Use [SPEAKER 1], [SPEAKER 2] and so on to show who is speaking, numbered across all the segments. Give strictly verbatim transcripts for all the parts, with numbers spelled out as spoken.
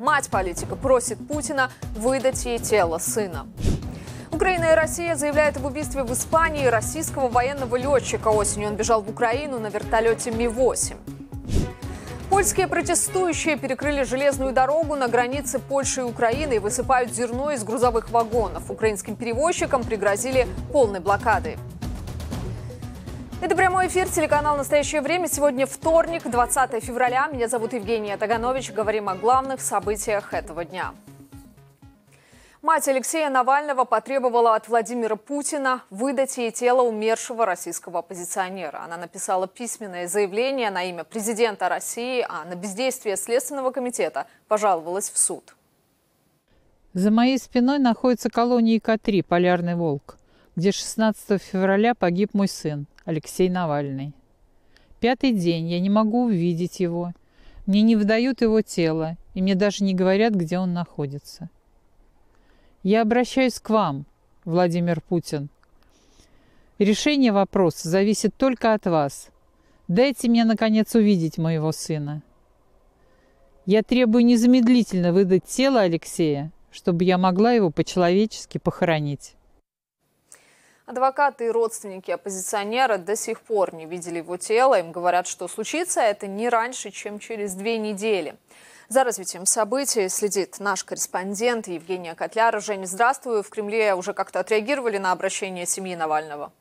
[SPEAKER 1] Мать политика просит Путина выдать ей тело сына. Украина и Россия заявляют об убийстве в Испании российского военного летчика. Осенью он бежал в Украину на вертолете Ми восемь. Польские протестующие перекрыли железную дорогу на границе Польши и Украины и высыпают зерно из грузовых вагонов. Украинским перевозчикам пригрозили полной блокадой. Это прямой эфир, телеканал «Настоящее время». Сегодня вторник, двадцатое февраля. Меня зовут Евгения Таганович. Говорим о главных событиях этого дня. Мать Алексея Навального потребовала от Владимира Путина выдать ей тело умершего российского оппозиционера. Она написала письменное заявление на имя президента России, а на бездействие Следственного комитета пожаловалась в суд.
[SPEAKER 2] За моей спиной находится колония И К три «Полярный волк», где шестнадцатого февраля погиб мой сын Алексей Навальный. Пятый день я не могу увидеть его. Мне не выдают его тело, и мне даже не говорят, где он находится. Я обращаюсь к вам, Владимир Путин. Решение вопроса зависит только от вас. Дайте мне, наконец, увидеть моего сына. Я требую незамедлительно выдать тело Алексея, чтобы я могла его по-человечески похоронить.
[SPEAKER 1] Адвокаты и родственники оппозиционера до сих пор не видели его тело. Им говорят, что случится это не раньше, чем через две недели. За развитием событий следит наш корреспондент Евгения Котляра. Женя, здравствуй. В Кремле уже как-то отреагировали на обращение семьи Навального?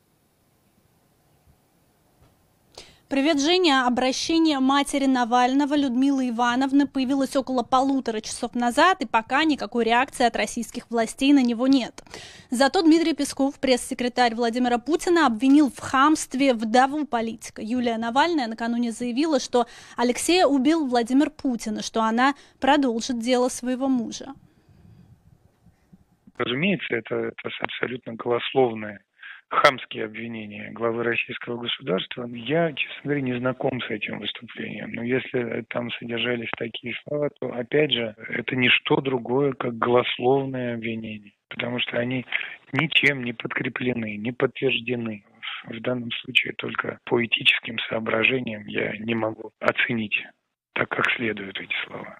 [SPEAKER 3] Привет, Женя. Обращение матери Навального Людмилы Ивановны появилось около полутора часов назад, и пока никакой реакции от российских властей на него нет. Зато Дмитрий Песков, пресс-секретарь Владимира Путина, обвинил в хамстве вдову политика. Юлия Навальная накануне заявила, что Алексея убил Владимир Путин, и что она продолжит дело своего мужа.
[SPEAKER 4] Разумеется, это, это абсолютно голословное. Хамские обвинения главы российского государства. Я, честно говоря, не знаком с этим выступлением. Но если там содержались такие слова, то, опять же, это не что другое, как голословное обвинение. Потому что они ничем не подкреплены, не подтверждены. В данном случае только по этическим соображениям я не могу оценить так, как следует эти слова.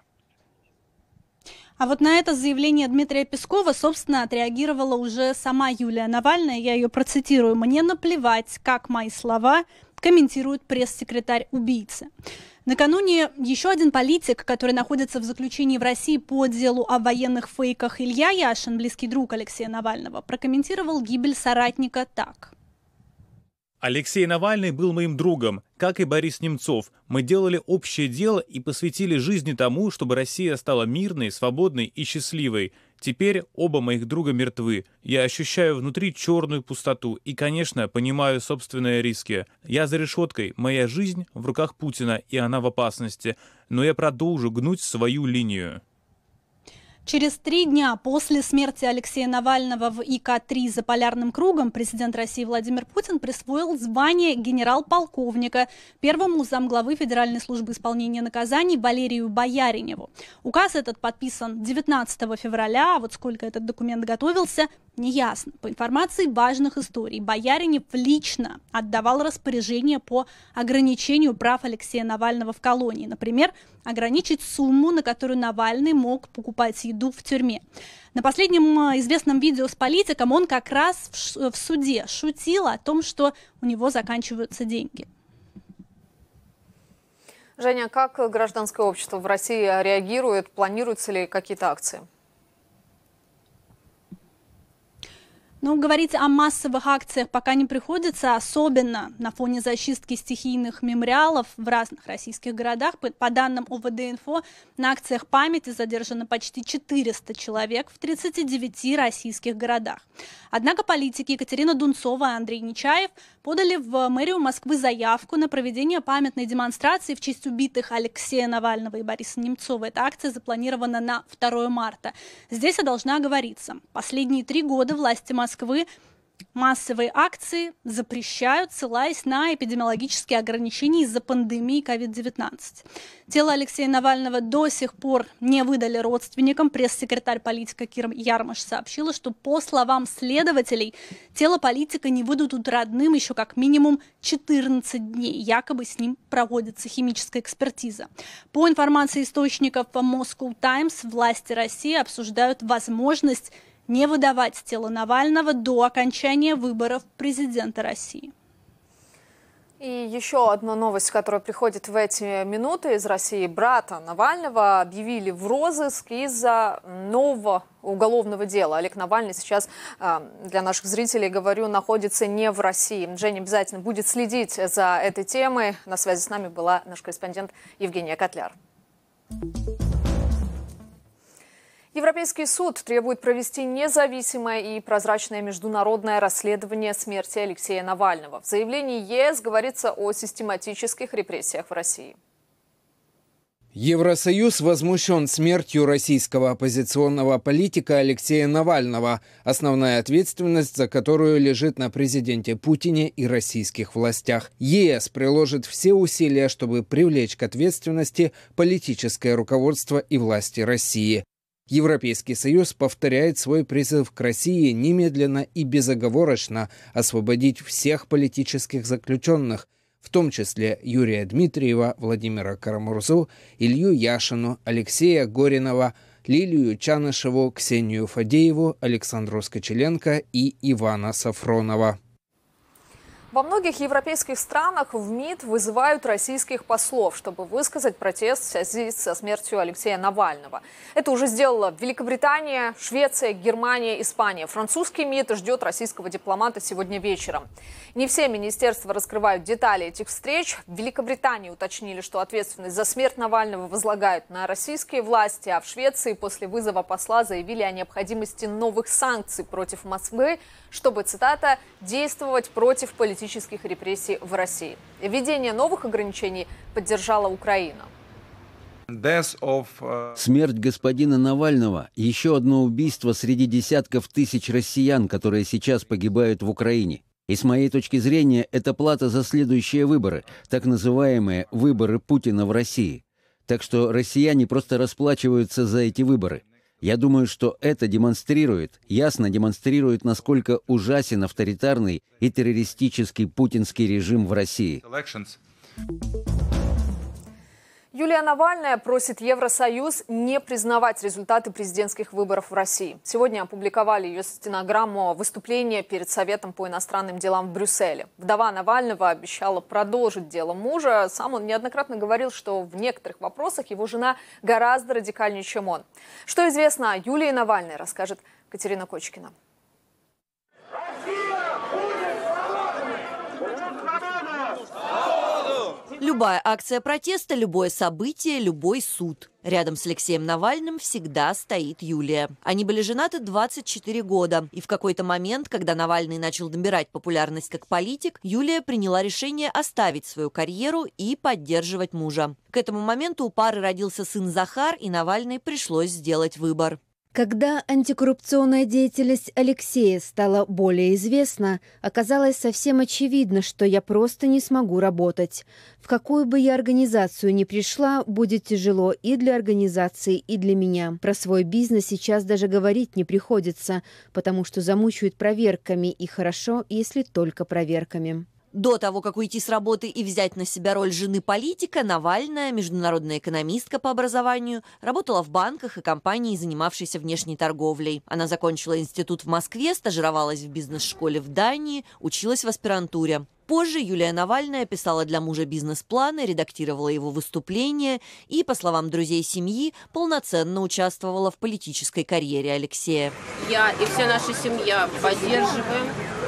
[SPEAKER 3] А вот на это заявление Дмитрия Пескова, собственно, отреагировала уже сама Юлия Навальная. Я ее процитирую. «Мне наплевать, как мои слова комментирует пресс-секретарь убийцы». Накануне еще один политик, который находится в заключении в России по делу о военных фейках, Илья Яшин, близкий друг Алексея Навального, прокомментировал гибель соратника так.
[SPEAKER 5] Алексей Навальный был моим другом, как и Борис Немцов. Мы делали общее дело и посвятили жизни тому, чтобы Россия стала мирной, свободной и счастливой. Теперь оба моих друга мертвы. Я ощущаю внутри черную пустоту и, конечно, понимаю собственные риски. Я за решеткой, моя жизнь в руках Путина, и она в опасности. Но я продолжу гнуть свою линию.
[SPEAKER 3] Через три дня после смерти Алексея Навального в И К три за полярным кругом президент России Владимир Путин присвоил звание генерал-полковника первому замглавы Федеральной службы исполнения наказаний Валерию Бояриневу. Указ этот подписан девятнадцатого февраля, а вот сколько этот документ готовился, неясно. По информации важных историй, Бояринев лично отдавал распоряжение по ограничению прав Алексея Навального в колонии. Например, ограничить сумму, на которую Навальный мог покупать еду в тюрьме. На последнем известном видео с политиком он как раз в, в суде шутил о том, что у него заканчиваются деньги.
[SPEAKER 1] Женя, как гражданское общество в России реагирует? Планируются ли какие-то акции?
[SPEAKER 3] Ну, говорить о массовых акциях пока не приходится, особенно на фоне зачистки стихийных мемориалов в разных российских городах. По, по данным О В Д Инфо, на акциях памяти задержано почти четыреста человек в тридцати девяти российских городах. Однако политики Екатерина Дунцова и Андрей Нечаев подали в мэрию Москвы заявку на проведение памятной демонстрации в честь убитых Алексея Навального и Бориса Немцова. Эта акция запланирована на второе марта. Здесь я должна оговориться. Последние три года власти Москвы Москвы Массовые акции запрещают, ссылаясь на эпидемиологические ограничения из-за пандемии ковид девятнадцать. Тело Алексея Навального до сих пор не выдали родственникам. Пресс-секретарь политика Кир Ярмаш сообщила, что, по словам следователей, тело политика не выдадут родным еще как минимум четырнадцать дней. Якобы с ним проводится химическая экспертиза. По информации источников Moscow Times, власти России обсуждают возможность не выдавать тело Навального до окончания выборов президента России.
[SPEAKER 1] И еще одна новость, которая приходит в эти минуты из России. Брата Навального объявили в розыск из-за нового уголовного дела. Олег Навальный сейчас, для наших зрителей говорю, находится не в России. Женя обязательно будет следить за этой темой. На связи с нами была наш корреспондент Евгения Котляр. Европейский суд требует провести независимое и прозрачное международное расследование смерти Алексея Навального. В заявлении ЕС говорится о систематических репрессиях в России.
[SPEAKER 6] Евросоюз возмущен смертью российского оппозиционного политика Алексея Навального, основная ответственность за которую лежит на президенте Путине и российских властях. ЕС приложит все усилия, чтобы привлечь к ответственности политическое руководство и власти России. Европейский Союз повторяет свой призыв к России немедленно и безоговорочно освободить всех политических заключенных, в том числе Юрия Дмитриева, Владимира Карамурзу, Илью Яшину, Алексея Горинова, Лилию Чанышеву, Ксению Фадееву, Александру Скочеленко и Ивана Сафронова.
[SPEAKER 1] Во многих европейских странах в МИД вызывают российских послов, чтобы высказать протест в связи со смертью Алексея Навального. Это уже сделала Великобритания, Швеция, Германия, Испания. Французский МИД ждет российского дипломата сегодня вечером. Не все министерства раскрывают детали этих встреч. В Великобритании уточнили, что ответственность за смерть Навального возлагают на российские власти, а в Швеции после вызова посла заявили о необходимости новых санкций против Москвы, чтобы, цитата, «действовать против политических репрессий в России». Введение новых ограничений поддержала Украина.
[SPEAKER 7] Смерть господина Навального – еще одно убийство среди десятков тысяч россиян, которые сейчас погибают в Украине. И с моей точки зрения, это плата за следующие выборы, так называемые выборы Путина в России. Так что россияне просто расплачиваются за эти выборы. Я думаю, что это демонстрирует, ясно демонстрирует, насколько ужасен авторитарный и террористический путинский режим в России.
[SPEAKER 1] Юлия Навальная просит Евросоюз не признавать результаты президентских выборов в России. Сегодня опубликовали ее стенограмму выступления перед Советом по иностранным делам в Брюсселе. Вдова Навального обещала продолжить дело мужа. Сам он неоднократно говорил, что в некоторых вопросах его жена гораздо радикальнее, чем он. Что известно о Юлии Навальной, расскажет Катерина Кочкина.
[SPEAKER 8] Любая акция протеста, любое событие, любой суд. Рядом с Алексеем Навальным всегда стоит Юлия. Они были женаты двадцать четыре года. И в какой-то момент, когда Навальный начал набирать популярность как политик, Юлия приняла решение оставить свою карьеру и поддерживать мужа. К этому моменту у пары родился сын Захар, и Навальной пришлось сделать выбор.
[SPEAKER 9] Когда антикоррупционная деятельность Алексея стала более известна, оказалось совсем очевидно, что я просто не смогу работать. В какую бы я организацию ни пришла, будет тяжело и для организации, и для меня. Про свой бизнес сейчас даже говорить не приходится, потому что замучают проверками, и хорошо, если только проверками.
[SPEAKER 8] До того, как уйти с работы и взять на себя роль жены политика, Навальная, международная экономистка по образованию, работала в банках и компании, занимавшейся внешней торговлей. Она закончила институт в Москве, стажировалась в бизнес-школе в Дании, училась в аспирантуре. Позже Юлия Навальная писала для мужа бизнес-планы, редактировала его выступления и, по словам друзей семьи, полноценно участвовала в политической карьере Алексея.
[SPEAKER 10] Я и вся наша семья поддерживаем.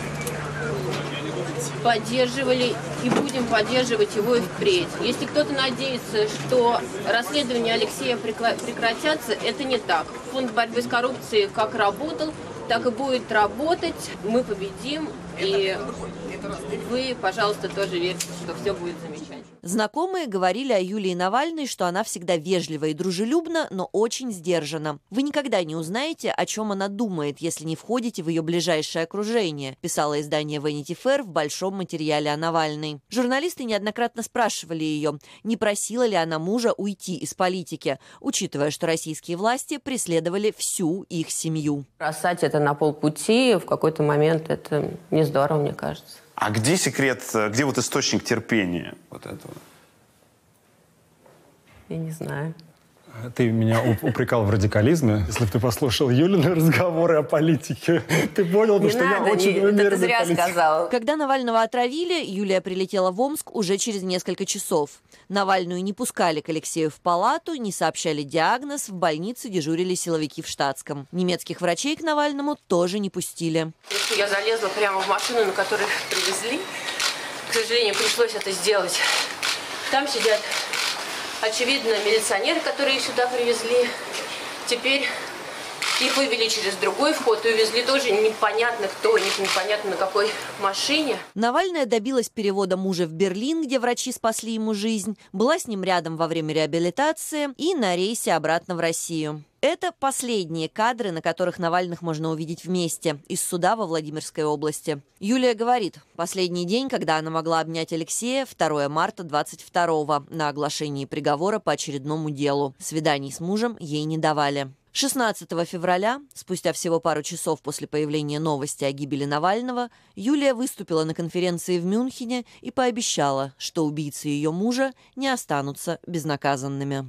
[SPEAKER 10] Поддерживали и будем поддерживать его и впредь. Если кто-то надеется, что расследования Алексея прекратятся, это не так. Фонд борьбы с коррупцией как работал, так и будет работать. Мы победим, и вы, пожалуйста, тоже верьте, что все будет замечательно.
[SPEAKER 8] Знакомые говорили о Юлии Навальной, что она всегда вежлива и дружелюбна, но очень сдержана. Вы никогда не узнаете, о чем она думает, если не входите в ее ближайшее окружение, писало издание Vanity Fair в большом материале о Навальной. Журналисты неоднократно спрашивали ее, не просила ли она мужа уйти из политики, учитывая, что российские власти преследовали всю их семью.
[SPEAKER 10] Бросать это на полпути в какой-то момент, это не здорово, мне кажется.
[SPEAKER 11] А где секрет, где вот источник терпения вот этого?
[SPEAKER 10] Я не знаю.
[SPEAKER 12] Ты меня упрекал в радикализме. Если бы ты послушал Юлины разговоры о политике, ты понял бы,
[SPEAKER 10] не
[SPEAKER 12] что
[SPEAKER 10] надо,
[SPEAKER 12] я очень умеренный
[SPEAKER 10] это ты зря
[SPEAKER 12] политик.
[SPEAKER 10] сказал.
[SPEAKER 8] Когда Навального отравили, Юлия прилетела в Омск уже через несколько часов. Навальную не пускали к Алексею в палату, не сообщали диагноз, в больнице дежурили силовики в штатском. Немецких врачей к Навальному тоже не пустили.
[SPEAKER 10] Я залезла прямо в машину, на которой привезли. К сожалению, пришлось это сделать. Там сидят, очевидно, милиционеры, которые их сюда привезли. Теперь их вывели через другой вход и увезли тоже непонятно кто, непонятно на какой машине.
[SPEAKER 8] Навальная добилась перевода мужа в Берлин, где врачи спасли ему жизнь, была с ним рядом во время реабилитации и на рейсе обратно в Россию. Это последние кадры, на которых Навальных можно увидеть вместе, из суда во Владимирской области. Юлия говорит, последний день, когда она могла обнять Алексея, второго марта двадцать второго, на оглашении приговора по очередному делу. Свиданий с мужем ей не давали. шестнадцатого февраля, спустя всего пару часов после появления новости о гибели Навального, Юлия выступила на конференции в Мюнхене и пообещала, что убийцы ее мужа не останутся безнаказанными.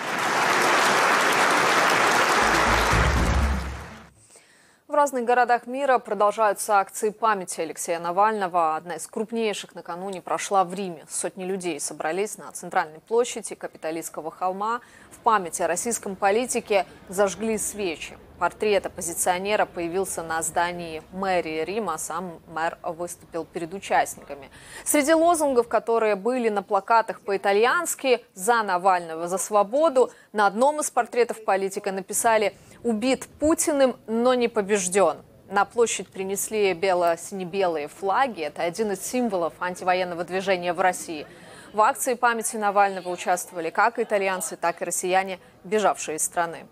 [SPEAKER 1] В разных городах мира продолжаются акции памяти Алексея Навального. Одна из крупнейших накануне прошла в Риме. Сотни людей собрались на центральной площади Капитолийского холма. В память о российском политике зажгли свечи. Портрет оппозиционера появился на здании мэрии Рима, сам мэр выступил перед участниками. Среди лозунгов, которые были на плакатах по-итальянски «За Навального, за свободу», на одном из портретов политика написали «Убит Путиным, но не побежден». На площадь принесли бело-сине-белые флаги. Это один из символов антивоенного движения в России. В акции памяти Навального участвовали как итальянцы, так и россияне, бежавшие из страны.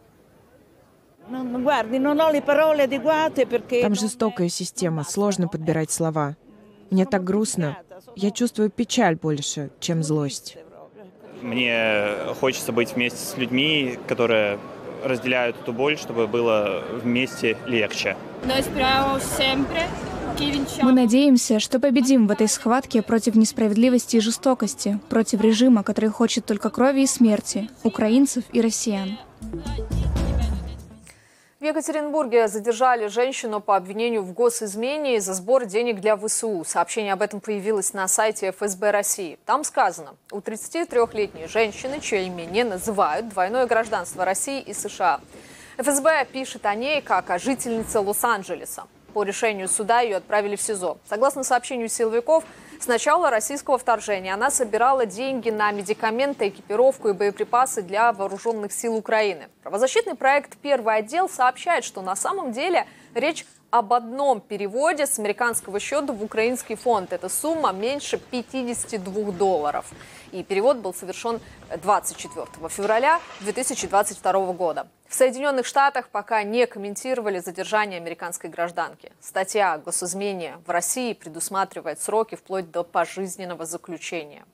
[SPEAKER 13] Там жестокая система, сложно подбирать слова. Мне так грустно. Я чувствую печаль больше, чем злость.
[SPEAKER 14] Мне хочется быть вместе с людьми, которые разделяют эту боль, чтобы было вместе легче.
[SPEAKER 15] Мы надеемся, что победим в этой схватке против несправедливости и жестокости, против режима, который хочет только крови и смерти, украинцев и россиян.
[SPEAKER 1] В Екатеринбурге задержали женщину по обвинению в госизмене за сбор денег для ВСУ. Сообщение об этом появилось на сайте эф эс бэ России. Там сказано, у тридцатитрёхлетней женщины, чье имя не называют, двойное гражданство России и США. эф эс бэ пишет о ней как о жительнице Лос-Анджелеса. По решению суда ее отправили в СИЗО. Согласно сообщению силовиков, с начала российского вторжения она собирала деньги на медикаменты, экипировку и боеприпасы для вооруженных сил Украины. Правозащитный проект «Первый отдел» сообщает, что на самом деле речь об одном переводе с американского счета в украинский фонд. Эта сумма меньше пятидесяти двух долларов. И перевод был совершен двадцать четвёртого февраля две тысячи двадцать второго года. В Соединенных Штатах пока не комментировали задержание американской гражданки. Статья о госизмене в России предусматривает сроки вплоть до пожизненного заключения.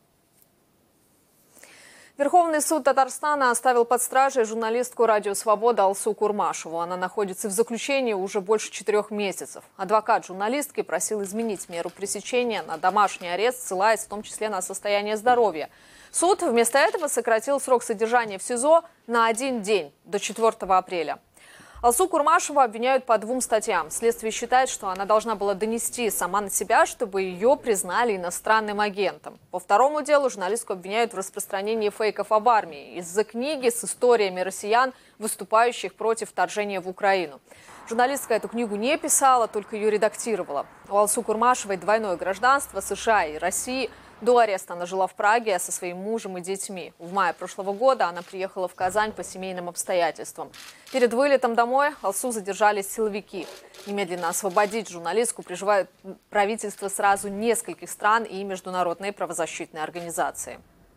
[SPEAKER 1] Верховный суд Татарстана оставил под стражей журналистку «Радио Свобода» Алсу Курмашеву. Она находится в заключении уже больше четырех месяцев. Адвокат журналистки просил изменить меру пресечения на домашний арест, ссылаясь в том числе на состояние здоровья. Суд вместо этого сократил срок содержания в СИЗО на один день, до четвёртого апреля. Алсу Курмашеву обвиняют по двум статьям. Следствие считает, что она должна была донести сама на себя, чтобы ее признали иностранным агентом. По второму делу журналистку обвиняют в распространении фейков об армии из-за книги с историями россиян, выступающих против вторжения в Украину. Журналистка эту книгу не писала, только ее редактировала. У Алсу Курмашевой двойное гражданство США и России. До ареста она жила в Праге со своим мужем и детьми. В мае прошлого года она приехала в Казань по семейным обстоятельствам. Перед вылетом домой Алсу задержали силовики. Немедленно освободить журналистку призывают правительства сразу нескольких стран и международные правозащитные организации.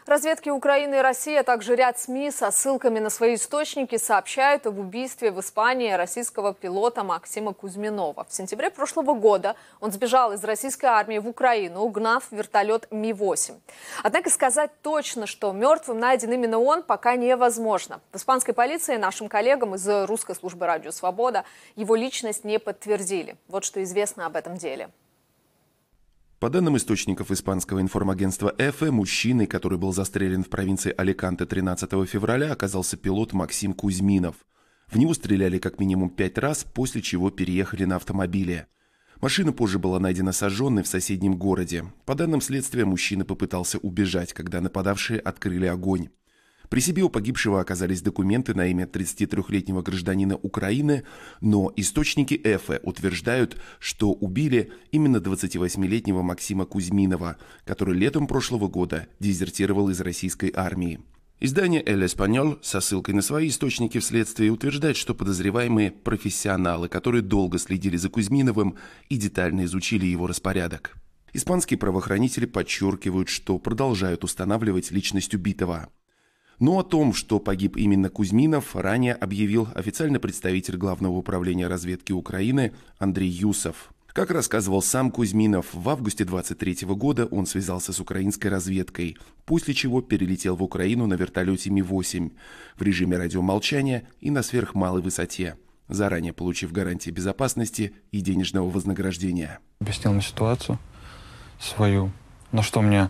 [SPEAKER 1] Разведки Украины и России, а также ряд СМИ со ссылками на свои источники сообщают об убийстве в Испании российского пилота Максима Кузьминова. В сентябре прошлого года он сбежал из российской армии в Украину, угнав вертолет Ми восемь. Однако сказать точно, что мертвым найден именно он, пока невозможно. В испанской полиции нашим коллегам из русской службы «Радио Свобода» его личность не подтвердили. Вот что известно об этом деле.
[SPEAKER 16] По данным источников испанского информагентства «Эфе», мужчиной, который был застрелен в провинции Аликанте тринадцатого февраля, оказался пилот Максим Кузьминов. В него стреляли как минимум пять раз, после чего переехали на автомобиле. Машина позже была найдена сожженной в соседнем городе. По данным следствия, мужчина попытался убежать, когда нападавшие открыли огонь. При себе у погибшего оказались документы на имя тридцатитрёхлетнего гражданина Украины, но источники Эфе утверждают, что убили именно двадцативосьмилетнего Максима Кузьминова, который летом прошлого года дезертировал из российской армии. Издание «Эль Эспаньол» со ссылкой на свои источники в следствии утверждает, что подозреваемые – профессионалы, которые долго следили за Кузьминовым и детально изучили его распорядок. Испанские правоохранители подчеркивают, что продолжают устанавливать личность убитого. Но о том, что погиб именно Кузьминов, ранее объявил официальный представитель Главного управления разведки Украины Андрей Юсов. Как рассказывал сам Кузьминов, в августе двадцать третьего года он связался с украинской разведкой, после чего перелетел в Украину на вертолете Ми восемь в режиме радиомолчания и на сверхмалой высоте, заранее получив гарантии безопасности и денежного вознаграждения.
[SPEAKER 17] Объяснил мне ситуацию свою, на что мне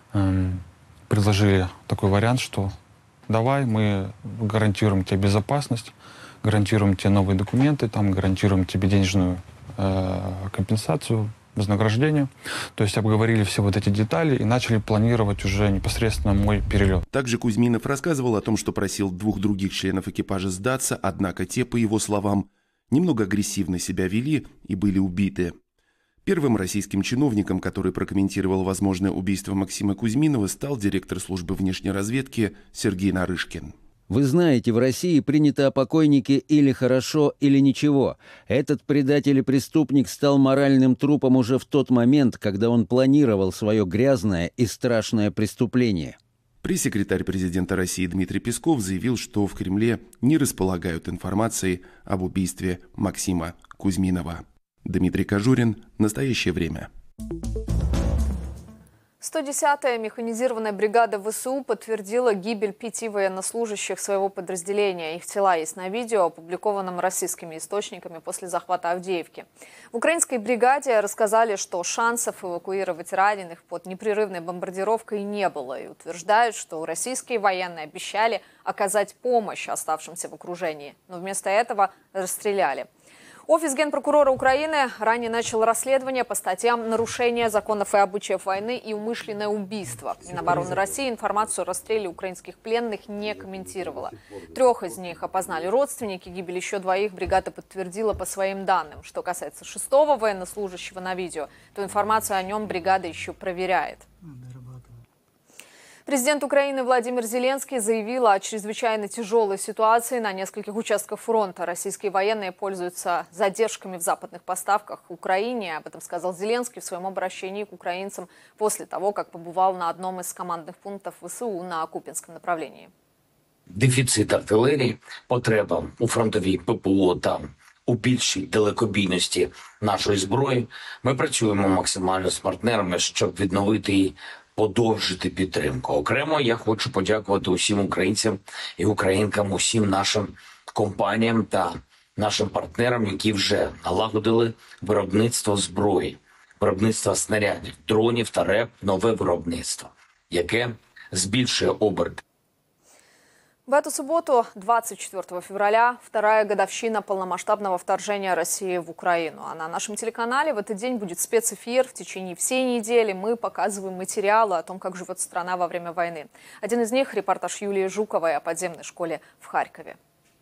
[SPEAKER 17] эм, предложили такой вариант, что давай, мы гарантируем тебе безопасность, гарантируем тебе новые документы, там, гарантируем тебе денежную э, компенсацию, вознаграждение. То есть обговорили все вот эти детали и начали планировать уже непосредственно мой перелет.
[SPEAKER 16] Также Кузьминов рассказывал о том, что просил двух других членов экипажа сдаться, однако те, по его словам, немного агрессивно себя вели и были убиты. Первым российским чиновником, который прокомментировал возможное убийство Максима Кузьминова, стал директор службы внешней разведки Сергей Нарышкин.
[SPEAKER 7] Вы знаете, в России принято о покойнике или хорошо, или ничего. Этот предатель и преступник стал моральным трупом уже в тот момент, когда он планировал свое грязное и страшное преступление.
[SPEAKER 16] Пресс-секретарь президента России Дмитрий Песков заявил, что в Кремле не располагают информацией об убийстве Максима Кузьминова. Дмитрий Кожурин. Настоящее время.
[SPEAKER 1] сто десятая механизированная бригада ВСУ подтвердила гибель пяти военнослужащих своего подразделения. Их тела есть на видео, опубликованном российскими источниками после захвата Авдеевки. В украинской бригаде рассказали, что шансов эвакуировать раненых под непрерывной бомбардировкой не было. И утверждают, что российские военные обещали оказать помощь оставшимся в окружении. Но вместо этого расстреляли. Офис генпрокурора Украины ранее начал расследование по статьям «Нарушение законов и обычаев войны» и «Умышленное убийство». Минобороны России информацию о расстреле украинских пленных не комментировала. Трех из них опознали родственники, гибель еще двоих бригада подтвердила по своим данным. Что касается шестого военнослужащего на видео, то информацию о нем бригада еще проверяет. Президент Украины Владимир Зеленский заявил о чрезвычайно тяжелой ситуации на нескольких участках фронта. Российские военные пользуются задержками в западных поставках к Украине. Об этом сказал Зеленский в своем обращении к украинцам после того, как побывал на одном из командных пунктов ВСУ на Куп'янському направлении.
[SPEAKER 18] Дефіцит артилерії, потреба у фронтовій ППО та у більшій далекобійності нашої зброї. Ми працюємо максимально з партнерами, щоб відновити і подовжити підтримку. Окремо я хочу подякувати усім українцям і українкам, усім нашим компаніям та нашим партнерам, які вже налагодили виробництво зброї, виробництво снарядів, дронів та РЕП, нове виробництво, яке збільшує оберти.
[SPEAKER 1] В эту субботу, двадцать четвёртого февраля, вторая годовщина полномасштабного вторжения России в Украину. А на нашем телеканале в этот день будет спецэфир. В течение всей недели мы показываем материалы о том, как живет страна во время войны. Один из них – репортаж Юлии Жуковой о подземной школе в Харькове.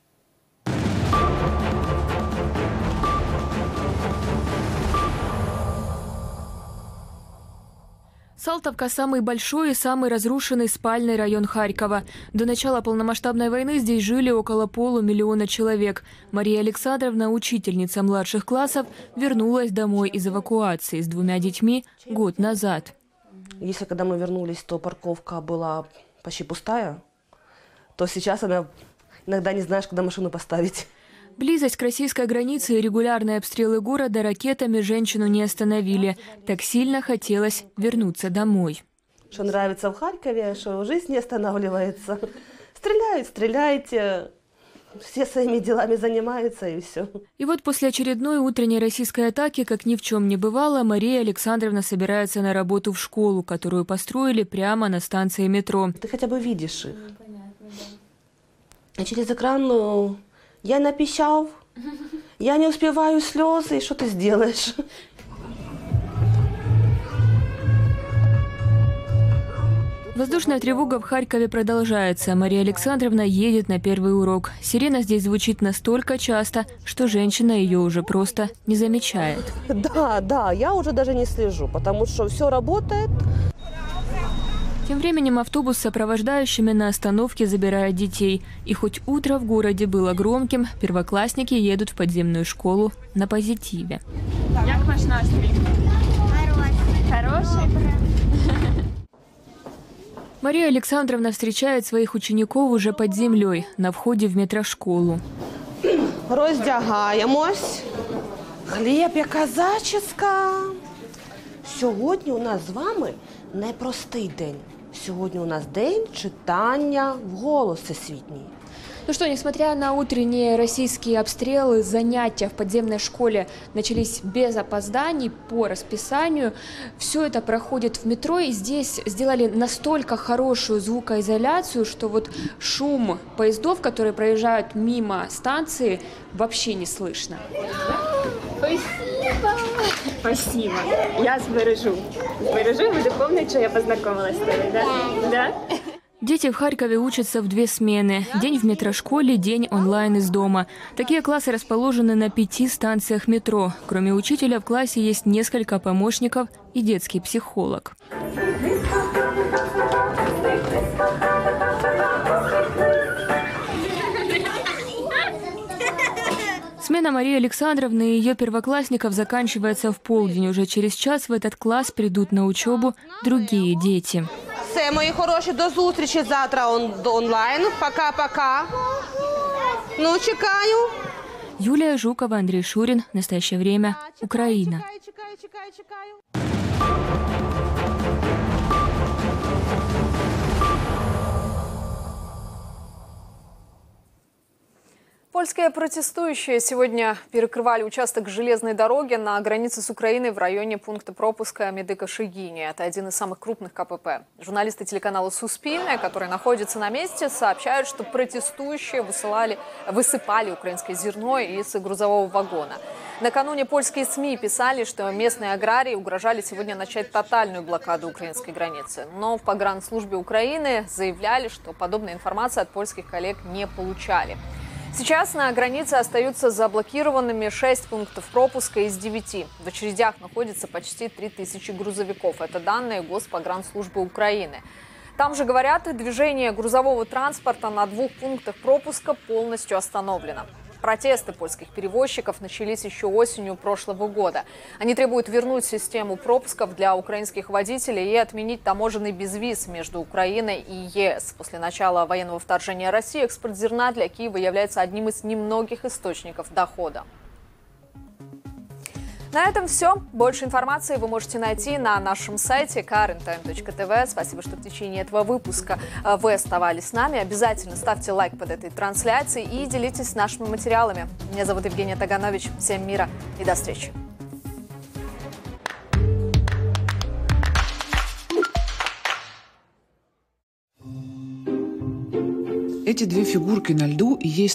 [SPEAKER 19] Салтовка – самый большой и самый разрушенный спальный район Харькова. До начала полномасштабной войны здесь жили около полумиллиона человек. Мария Александровна, учительница младших классов, вернулась домой из эвакуации с двумя детьми год назад.
[SPEAKER 20] Если когда мы вернулись, то парковка была почти пустая, то сейчас она иногда не знаешь, куда машину поставить.
[SPEAKER 19] Близость к российской границе и регулярные обстрелы города ракетами женщину не остановили. Так сильно хотелось вернуться домой.
[SPEAKER 20] Что нравится в Харькове, что жизнь не останавливается. Стреляют, стреляйте. Все своими делами занимаются, и все.
[SPEAKER 19] И вот после очередной утренней российской атаки, как ни в чем не бывало, Мария Александровна собирается на работу в школу, которую построили прямо на станции метро.
[SPEAKER 20] Ты хотя бы видишь их. А через экран, ну, я напищал, я не успеваю слезы, и что ты сделаешь?
[SPEAKER 19] Воздушная тревога в Харькове продолжается. Мария Александровна едет на первый урок. Сирена здесь звучит настолько часто, что женщина ее уже просто не замечает.
[SPEAKER 20] Да, да, я уже даже не слежу, потому что все работает.
[SPEAKER 19] Тем временем автобус с сопровождающими на остановке забирает детей. И хоть утро в городе было громким, первоклассники едут в подземную школу на позитиве.
[SPEAKER 21] Как ваш настрой? Хороший. Хороший?
[SPEAKER 19] Мария Александровна встречает своих учеников уже под землей, на входе в метрошколу.
[SPEAKER 20] Роздягаємось. Хліб, яка зачіска. Сьогодні у нас з вами непростий день. Сьогодні у нас день читання вголос всесвітній.
[SPEAKER 21] Ну что, несмотря на утренние российские обстрелы, занятия в подземной школе начались без опозданий, по расписанию. Все это проходит в метро, и здесь сделали настолько хорошую звукоизоляцию, что вот шум поездов, которые проезжают мимо станции, вообще не слышно. Спасибо! Спасибо. Я збережу. Збережу, буду помнить, что я познакомилась с тобой, да? Да?
[SPEAKER 19] Дети в Харькове учатся в две смены. День в метрошколе, день онлайн из дома. Такие классы расположены на пяти станциях метро. Кроме учителя в классе есть несколько помощников и детский психолог. Смена Марии Александровны и ее первоклассников заканчивается в полдень. Уже через час в этот класс придут на учебу другие дети.
[SPEAKER 20] Все, мої хороші, до зустрічі завтра он, онлайн. Пока-пока. Ну, чекаю.
[SPEAKER 19] Юлия Жукова, Андрей Шурин. Настоящее время. Украина.
[SPEAKER 20] Чекаю, чекаю, чекаю.
[SPEAKER 1] Польские протестующие сегодня перекрывали участок железной дороги на границе с Украиной в районе пункта пропуска Медыка-Шигини. Это один из самых крупных ка пэ пэ. Журналисты телеканала «Суспильное», которые находятся на месте, сообщают, что протестующие высылали, высыпали украинское зерно из грузового вагона. Накануне польские СМИ писали, что местные аграрии угрожали сегодня начать тотальную блокаду украинской границы. Но в погранслужбе Украины заявляли, что подобной информации от польских коллег не получали. Сейчас на границе остаются заблокированными шесть пунктов пропуска из девяти. В очередях находится почти три тысячи грузовиков. Это данные Госпогранслужбы Украины. Там же говорят, движение грузового транспорта на двух пунктах пропуска полностью остановлено. Протесты польских перевозчиков начались еще осенью прошлого года. Они требуют вернуть систему пропусков для украинских водителей и отменить таможенный безвиз между Украиной и е эс. После начала военного вторжения России экспорт зерна для Киева является одним из немногих источников дохода. На этом все. Больше информации вы можете найти на нашем сайте карен тайм точка тэ вэ. Спасибо, что в течение этого выпуска вы оставались с нами. Обязательно ставьте лайк под этой трансляцией и делитесь нашими материалами. Меня зовут Евгения Таганович. Всем мира и до встречи.
[SPEAKER 22] Эти две фигурки на льду и есть